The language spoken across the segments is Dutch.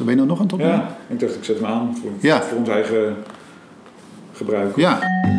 Ben je nou nog aan het opnemen? Ja, ik dacht ik zet hem aan voor ons eigen gebruik. Ja.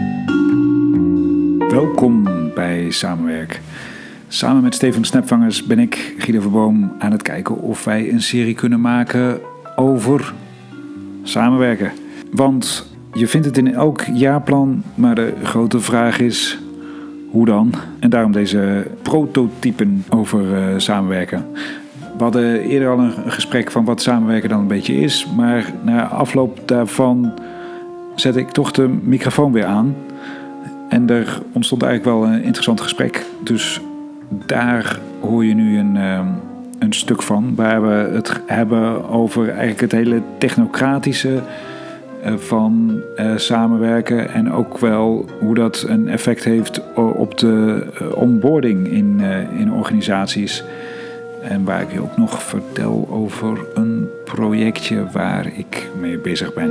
Welkom bij Samenwerk. Samen met Steven de Snapvangers ben ik, Guido Verboom, aan het kijken of wij een serie kunnen maken over samenwerken. Want je vindt het in elk jaarplan, maar de grote vraag is, hoe dan? En daarom deze prototypen over samenwerken. We hadden eerder al een gesprek van wat samenwerken dan een beetje is. Maar na afloop daarvan zette ik toch de microfoon weer aan. En er ontstond eigenlijk wel een interessant gesprek. Dus daar hoor je nu een stuk van. Waar we het hebben over eigenlijk het hele technocratische van samenwerken. En ook wel hoe dat een effect heeft op de onboarding in organisaties. En waar ik je ook nog vertel over een projectje waar ik mee bezig ben.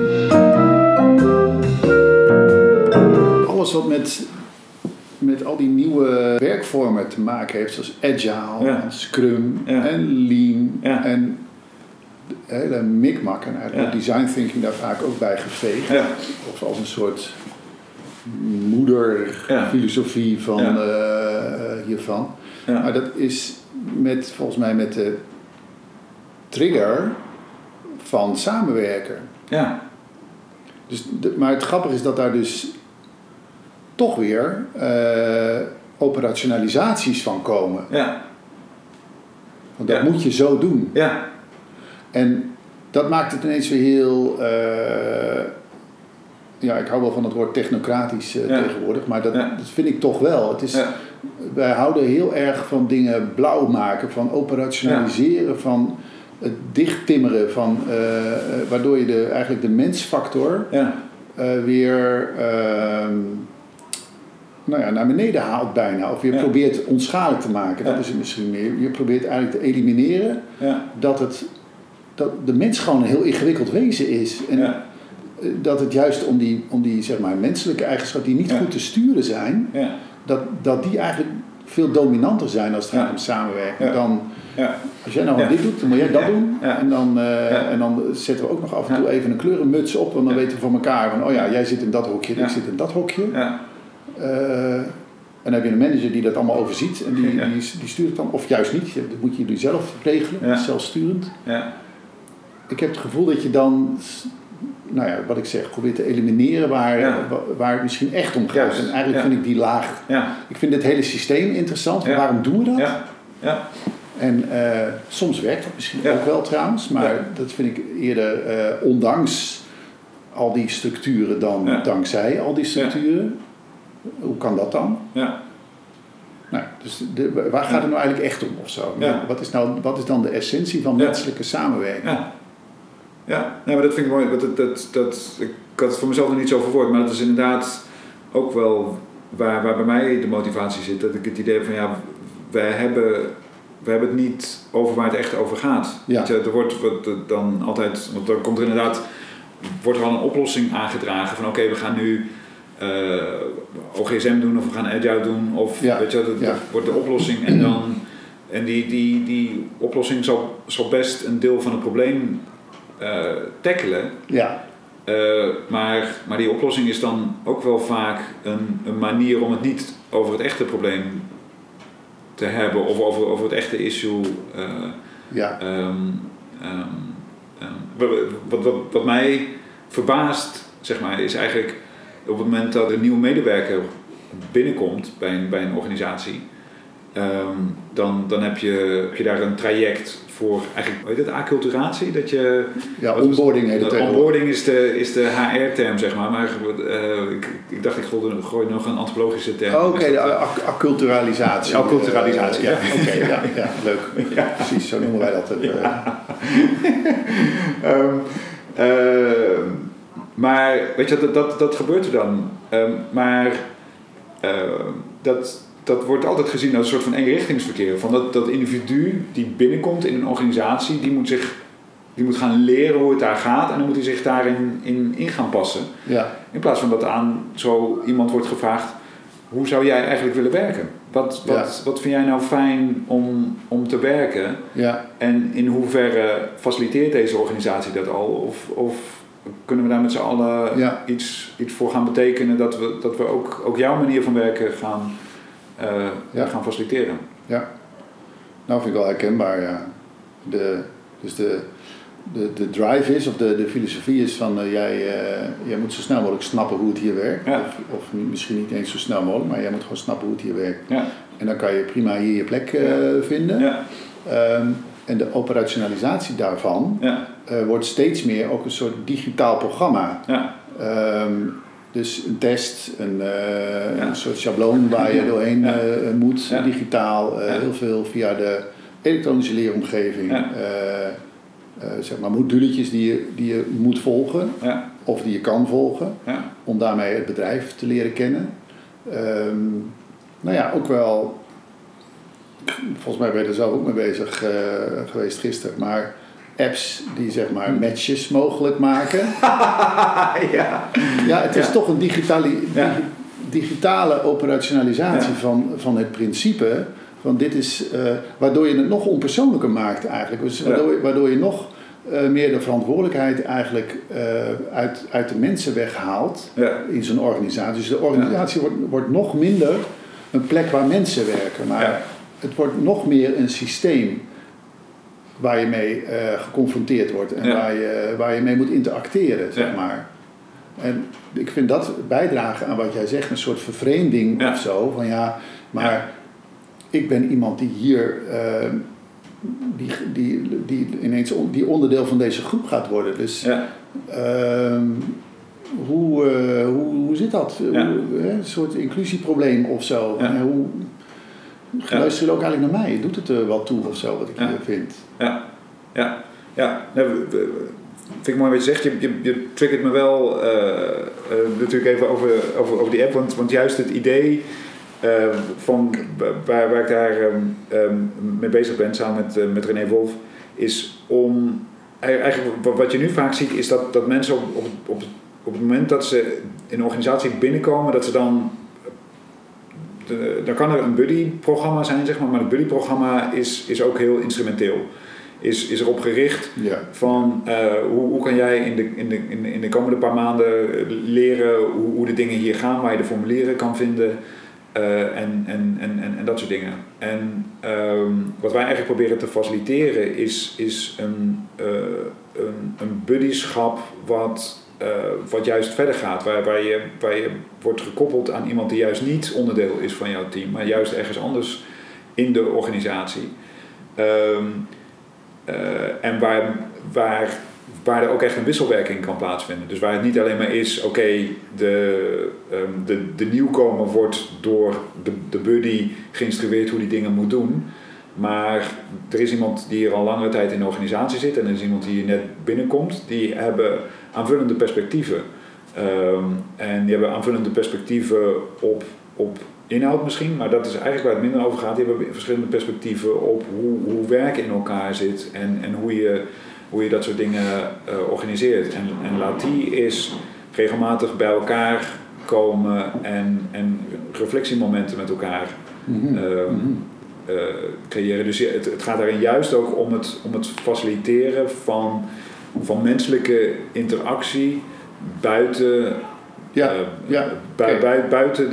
Alles wat met al die nieuwe werkvormen te maken heeft, zoals Agile, en Scrum en Lean en de hele mikmak. En eigenlijk design thinking daar vaak ook bij geveegd. Ja. Of als een soort moederfilosofie van hiervan. Ja. Maar dat is volgens mij met de trigger van samenwerken. Ja. Dus maar het grappige is dat daar dus toch weer operationalisaties van komen. Ja. Want dat moet je zo doen. Ja. En dat maakt het ineens weer heel... ik hou wel van het woord technocratisch tegenwoordig, maar dat vind ik toch wel. Het is, wij houden heel erg van dingen blauw maken, van operationaliseren, van het dichttimmeren, van, waardoor je eigenlijk de mensfactor weer naar beneden haalt bijna. Of je probeert onschadelijk te maken, dat is het misschien meer. Je probeert eigenlijk te elimineren dat de mens gewoon een heel ingewikkeld wezen is. En dat het juist om die zeg maar menselijke eigenschappen die niet goed te sturen zijn, dat die eigenlijk veel dominanter zijn als het gaat om samenwerken. Dan, als jij nou dit doet, dan moet jij dat doen. En dan zetten we ook nog af en toe even een kleurenmuts op, want dan weten we van elkaar van, jij zit in dat hokje, ik zit in dat hokje. En dan heb je een manager die dat allemaal overziet en die stuurt het dan, of juist niet, dat moet je zelf regelen, zelfsturend. Ik heb het gevoel dat je dan, wat ik zeg, probeert te elimineren waar het misschien echt om gaat. En eigenlijk vind ik die laag, ik vind het hele systeem interessant, maar waarom doen we dat? En soms werkt dat misschien ook wel trouwens, maar dat vind ik eerder ondanks al die structuren dan dankzij al die structuren. Hoe kan dat dan? Dus waar gaat het nou eigenlijk echt om of zo? Wat is dan de essentie van menselijke samenwerking? Maar dat vind ik mooi. Ik had het voor mezelf nog niet zo verwoord, maar dat is inderdaad ook wel waar bij mij de motivatie zit. Dat ik het idee heb van we hebben het niet over waar het echt over gaat. Er wordt dan altijd, want dan komt er inderdaad, wordt er al een oplossing aangedragen van oké, we gaan nu OGSM doen of we gaan Agile doen of dat wordt de oplossing en die oplossing zal best een deel van het probleem tackelen. Maar die oplossing is dan ook wel vaak een manier om het niet over het echte probleem te hebben of over het echte issue. Wat mij verbaast, zeg maar, is eigenlijk op het moment dat een nieuwe medewerker binnenkomt bij een organisatie, dan heb je daar een traject voor, eigenlijk, hoe heet het, acculturatie? Dat je, onboarding heet het. Onboarding is de HR-term, zeg maar ik dacht ik gooi nog een antropologische term. Oké, acculturalisatie. Acculturalisatie, leuk. Precies, zo noemen wij dat. Maar weet je, dat gebeurt er dan. Dat wordt altijd gezien als een soort van eenrichtingsverkeer. Van dat individu die binnenkomt in een organisatie, die moet gaan leren hoe het daar gaat en dan moet hij zich daarin in gaan passen. In plaats van dat aan zo iemand wordt gevraagd, hoe zou jij eigenlijk willen werken? Wat vind jij nou fijn om te werken? Ja. En in hoeverre faciliteert deze organisatie dat al? Of kunnen we daar met z'n allen iets voor gaan betekenen dat we ook jouw manier van werken gaan faciliteren? Ja, nou vind ik wel herkenbaar, ja. De drive is, of de filosofie is van jij moet zo snel mogelijk snappen hoe het hier werkt. Ja. Of misschien niet eens zo snel mogelijk, maar jij moet gewoon snappen hoe het hier werkt. Ja. En dan kan je prima hier je plek vinden. Ja. En de operationalisatie daarvan wordt steeds meer ook een soort digitaal programma. Ja. Dus een test, een soort schabloon waar je doorheen moet, digitaal. Heel veel via de elektronische leeromgeving. Ja. Zeg maar moduletjes die je moet volgen of die je kan volgen om daarmee het bedrijf te leren kennen. Ook wel, volgens mij ben je er zelf ook mee bezig geweest gisteren, maar apps die zeg maar matches mogelijk maken. Het is toch een digitale operationalisatie van het principe. Want dit is waardoor je het nog onpersoonlijker maakt eigenlijk. Dus waardoor je nog meer de verantwoordelijkheid eigenlijk uit de mensen weghaalt in zo'n organisatie. Dus de organisatie wordt nog minder een plek waar mensen werken. Maar het wordt nog meer een systeem waar je mee geconfronteerd wordt. En waar je mee moet interacteren, zeg maar. En ik vind dat bijdragen aan wat jij zegt, een soort vervreemding of zo. Van ik ben iemand die hier die ineens die onderdeel van deze groep gaat worden. Dus hoe zit dat? Een soort inclusieprobleem of zo. Ja. Hoe luister je ook eigenlijk naar mij? Doet het er wat toe of zo wat ik hier vind? Vind ik mooi wat je zegt. Je triggert me wel natuurlijk even over die app, want juist het idee van waar ik daar mee bezig ben samen met René Wolf is om eigenlijk wat je nu vaak ziet is dat mensen op het moment dat ze in een organisatie binnenkomen, dat ze dan kan er een buddy-programma zijn, zeg maar het buddy-programma is ook heel instrumenteel. Is erop gericht van hoe kan jij in de komende paar maanden leren hoe de dingen hier gaan, waar je de formulieren kan vinden en dat soort dingen. En wat wij eigenlijk proberen te faciliteren is een buddyschap wat juist verder gaat, waar je wordt gekoppeld aan iemand die juist niet onderdeel is van jouw team, maar juist ergens anders in de organisatie. En waar er ook echt een wisselwerking kan plaatsvinden. Dus waar het niet alleen maar is, de nieuwkomer wordt door de buddy geïnstrueerd hoe die dingen moet doen. Maar er is iemand die hier al langere tijd in de organisatie zit en er is iemand die hier net binnenkomt. Die hebben aanvullende perspectieven. En die hebben aanvullende perspectieven op inhoud misschien, maar dat is eigenlijk waar het minder over gaat. Die hebben verschillende perspectieven op hoe werken in elkaar zit en hoe je dat soort dingen organiseert. En laat die eens regelmatig bij elkaar komen en reflectiemomenten met elkaar creëren. Dus het gaat daarin juist ook om het faciliteren van menselijke interactie buiten buiten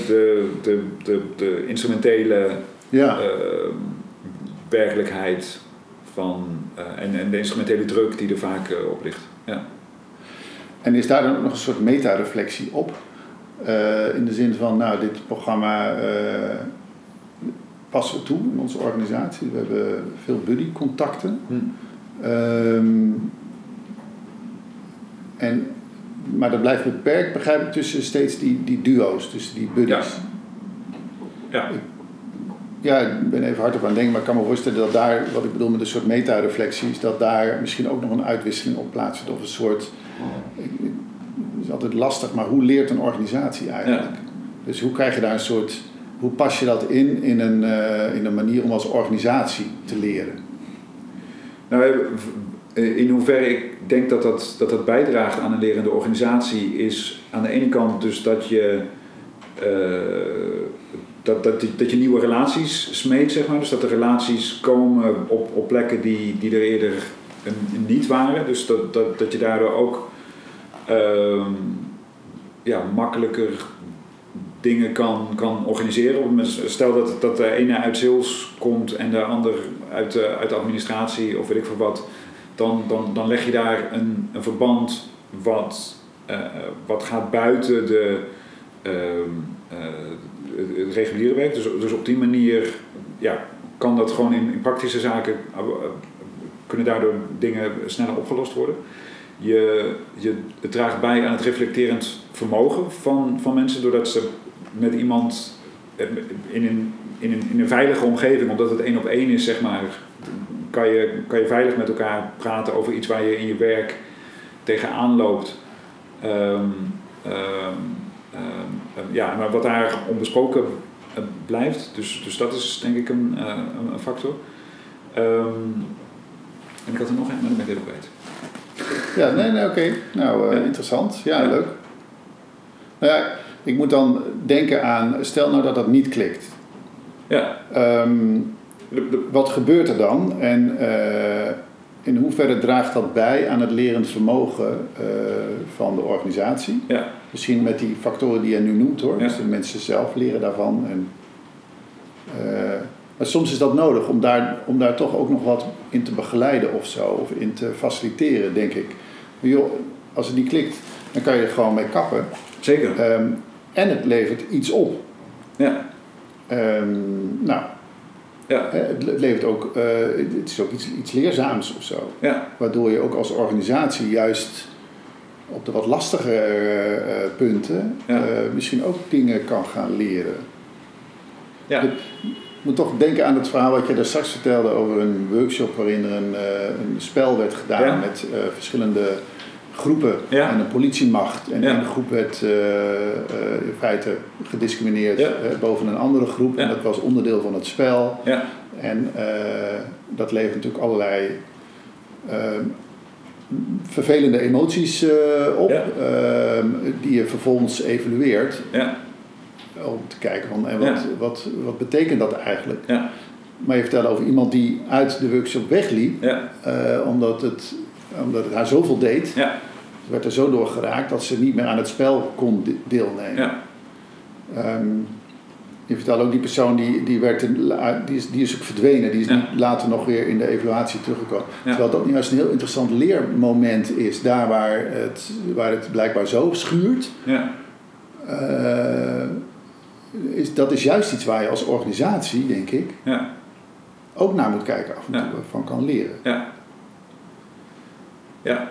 de instrumentele werkelijkheid van en de instrumentele druk die er vaak op ligt. Ja. En is daar dan ook nog een soort meta-reflectie op? In de zin van, dit programma passen we toe in onze organisatie. We hebben veel buddy-contacten. Maar dat blijft beperkt, begrijp ik, tussen steeds die duo's, tussen die buddies. Ik ben even hard op aan het denken, maar ik kan me voorstellen dat daar, wat ik bedoel met een soort meta-reflectie, is dat daar misschien ook nog een uitwisseling op plaatsvindt. Of een soort, het is altijd lastig, maar hoe leert een organisatie eigenlijk? Ja. Dus hoe krijg je daar een soort, hoe pas je dat in een manier om als organisatie te leren? Nou, in hoeverre ik denk dat bijdraagt aan een lerende organisatie is aan de ene kant dus dat je dat je nieuwe relaties smeedt, zeg maar. Dus dat de relaties komen op plekken die er eerder niet waren. Dus dat je daardoor ook makkelijker dingen kan organiseren. Stel dat de ene uit sales komt en de ander uit de administratie of weet ik veel wat. Dan leg je daar een verband wat gaat buiten het reguliere werk. Dus op die manier kan dat gewoon in praktische zaken kunnen daardoor dingen sneller opgelost worden. Het draagt bij aan het reflecterend vermogen van mensen, doordat ze met iemand in een veilige omgeving, omdat het 1 op 1 is, zeg maar, kan je veilig met elkaar praten over iets waar je in je werk tegenaan loopt. Maar wat daar onbesproken blijft. Dus dat is denk ik een factor. En ik had er nog een, maar dan ben ik even kwijt. Ja, oké. Nou, interessant. Ja, leuk. Nou ja, ik moet dan denken aan, stel nou dat niet klikt. Ja. Wat gebeurt er dan? En in hoeverre draagt dat bij aan het lerend vermogen van de organisatie? Ja. Misschien met die factoren die je nu noemt, hoor. Ja. Dus de mensen zelf leren daarvan. Maar soms is dat nodig om daar toch ook nog wat in te begeleiden of zo. Of in te faciliteren, denk ik. Maar joh, als het niet klikt, dan kan je er gewoon mee kappen. Zeker. En het levert iets op. Ja. Ja. Het levert ook, het is ook iets leerzaams of zo. Ja. Waardoor je ook als organisatie juist op de wat lastigere punten misschien ook dingen kan gaan leren. Ja. Ik moet toch denken aan het verhaal wat je daar straks vertelde over een workshop waarin er een spel werd gedaan met verschillende groepen en een politiemacht. En één groep werd in feite gediscrimineerd boven een andere groep. En dat was onderdeel van het spel. Ja. En dat levert natuurlijk allerlei vervelende emoties op, die je vervolgens evalueert. Ja. Om te kijken van wat betekent dat eigenlijk. Ja. Maar je vertelde over iemand die uit de workshop wegliep, omdat het haar zoveel deed. Ja. Ze werd er zo door geraakt dat ze niet meer aan het spel kon deelnemen. Ja. Je vertelde ook die persoon die is ook verdwenen. Die is niet later nog weer in de evaluatie teruggekomen. Ja. Terwijl dat nu juist een heel interessant leermoment is. Daar waar het blijkbaar zo schuurt. Ja. Dat is juist iets waar je als organisatie, denk ik, ook naar moet kijken af en toe van kan leren. Ja. Ja.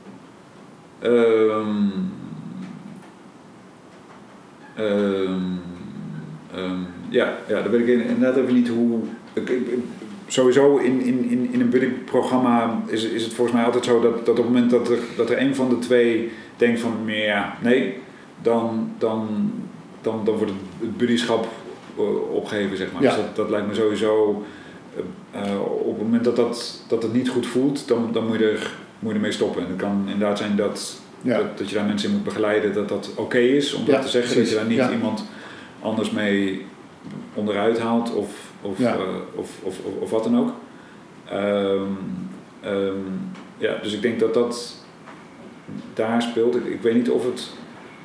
Daar weet ik inderdaad even niet hoe. Sowieso in een buddyprogramma is het volgens mij altijd zo dat op het moment dat er een van de twee denkt van nee, dan wordt het buddyschap opgeheven, zeg maar. Ja. Dus dat lijkt me sowieso op het moment dat het niet goed voelt, dan moet je ermee stoppen. En het kan inderdaad zijn dat je daar mensen in moet begeleiden, dat oké is om dat te zeggen. Precies. Dat je daar niet iemand anders mee onderuit haalt of wat dan ook. Dus ik denk dat daar speelt. Ik weet niet of het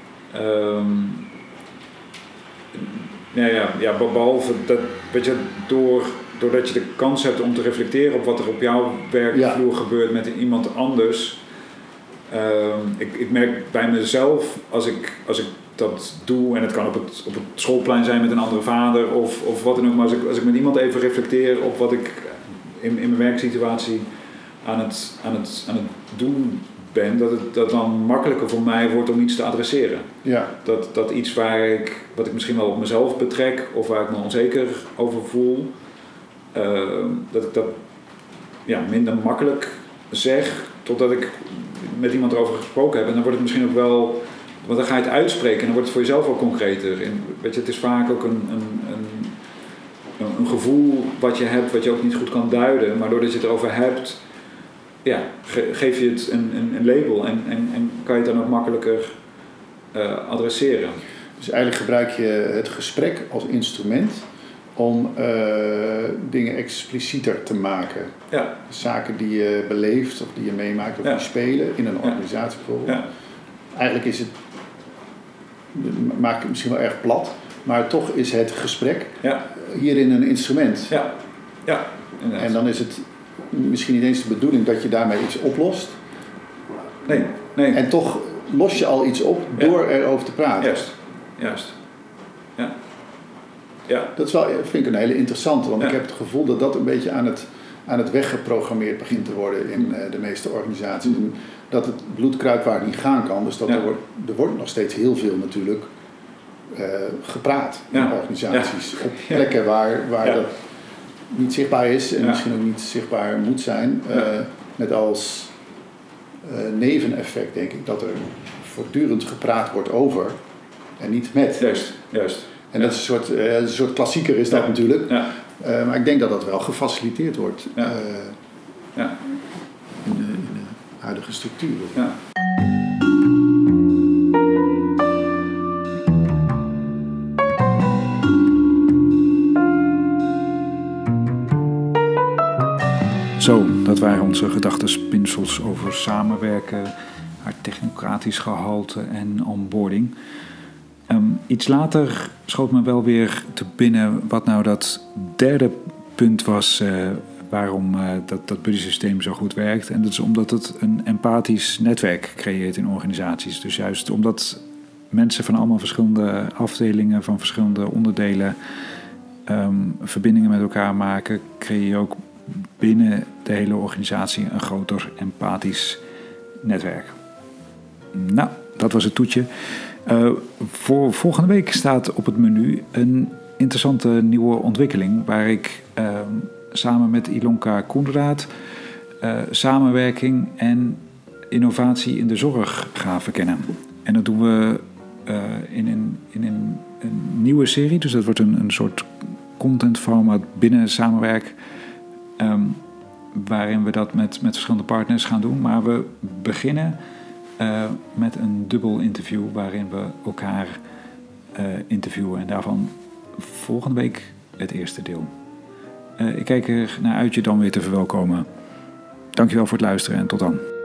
behalve dat, weet je, doordat je de kans hebt om te reflecteren op wat er op jouw werkvloer gebeurt met iemand anders. Ik merk bij mezelf, als ik dat doe, en het kan op het schoolplein zijn met een andere vader of wat dan ook, maar als ik met iemand even reflecteer op wat ik in mijn werksituatie aan het doen ben, dat het dan makkelijker voor mij wordt om iets te adresseren. Ja. Dat iets wat ik misschien wel op mezelf betrek of waar ik me onzeker over voel, dat ik dat minder makkelijk zeg, totdat ik met iemand erover gesproken heb. En dan wordt het misschien ook wel, want dan ga je het uitspreken en dan wordt het voor jezelf ook concreter. En, weet je, het is vaak ook een gevoel wat je hebt, wat je ook niet goed kan duiden, maar doordat je het erover hebt, geef je het een label en kan je het dan ook makkelijker adresseren. Dus eigenlijk gebruik je het gesprek als instrument om dingen explicieter te maken. Ja. Zaken die je beleeft of die je meemaakt of die spelen in een organisatie bijvoorbeeld. Ja. Eigenlijk is het, maak ik het misschien wel erg plat, maar toch is het gesprek hierin een instrument. Ja. Ja. En dan is het misschien niet eens de bedoeling dat je daarmee iets oplost. Nee. En toch los je al iets op door erover te praten. Juist. Ja. Dat is wel, vind ik een hele interessante, want ik heb het gevoel dat dat een beetje aan het weggeprogrammeerd begint te worden in de meeste organisaties. En dat het bloed kruipt waar het niet gaan kan. Dus dat er wordt nog steeds heel veel natuurlijk gepraat in organisaties. Op plekken waar dat niet zichtbaar is en misschien ook niet zichtbaar moet zijn. Net als neveneffect denk ik dat er voortdurend gepraat wordt over en niet met. Juist. En dat is een soort klassieker is dat natuurlijk. Ja. Maar ik denk dat dat wel gefaciliteerd wordt in de huidige structuren. Ja. Zo, dat waren onze gedachtenspinsels over samenwerken, haar technocratisch gehalte en onboarding. Iets later schoot me wel weer te binnen wat nou dat derde punt was waarom dat buddy-systeem zo goed werkt. En dat is omdat het een empathisch netwerk creëert in organisaties. Dus juist omdat mensen van allemaal verschillende afdelingen, van verschillende onderdelen verbindingen met elkaar maken, creëer je ook binnen de hele organisatie een groter empathisch netwerk. Nou, dat was het toetje. Voor volgende week staat op het menu een interessante nieuwe ontwikkeling waar ik samen met Ilonka Koenraad samenwerking en innovatie in de zorg ga verkennen. En dat doen we in een nieuwe serie, dus dat wordt een soort contentformat binnen Samenwerk, waarin we dat met verschillende partners gaan doen. Maar we beginnen met een dubbel interview waarin we elkaar interviewen. En daarvan volgende week het eerste deel. Ik kijk er naar uit je dan weer te verwelkomen. Dankjewel voor het luisteren en tot dan.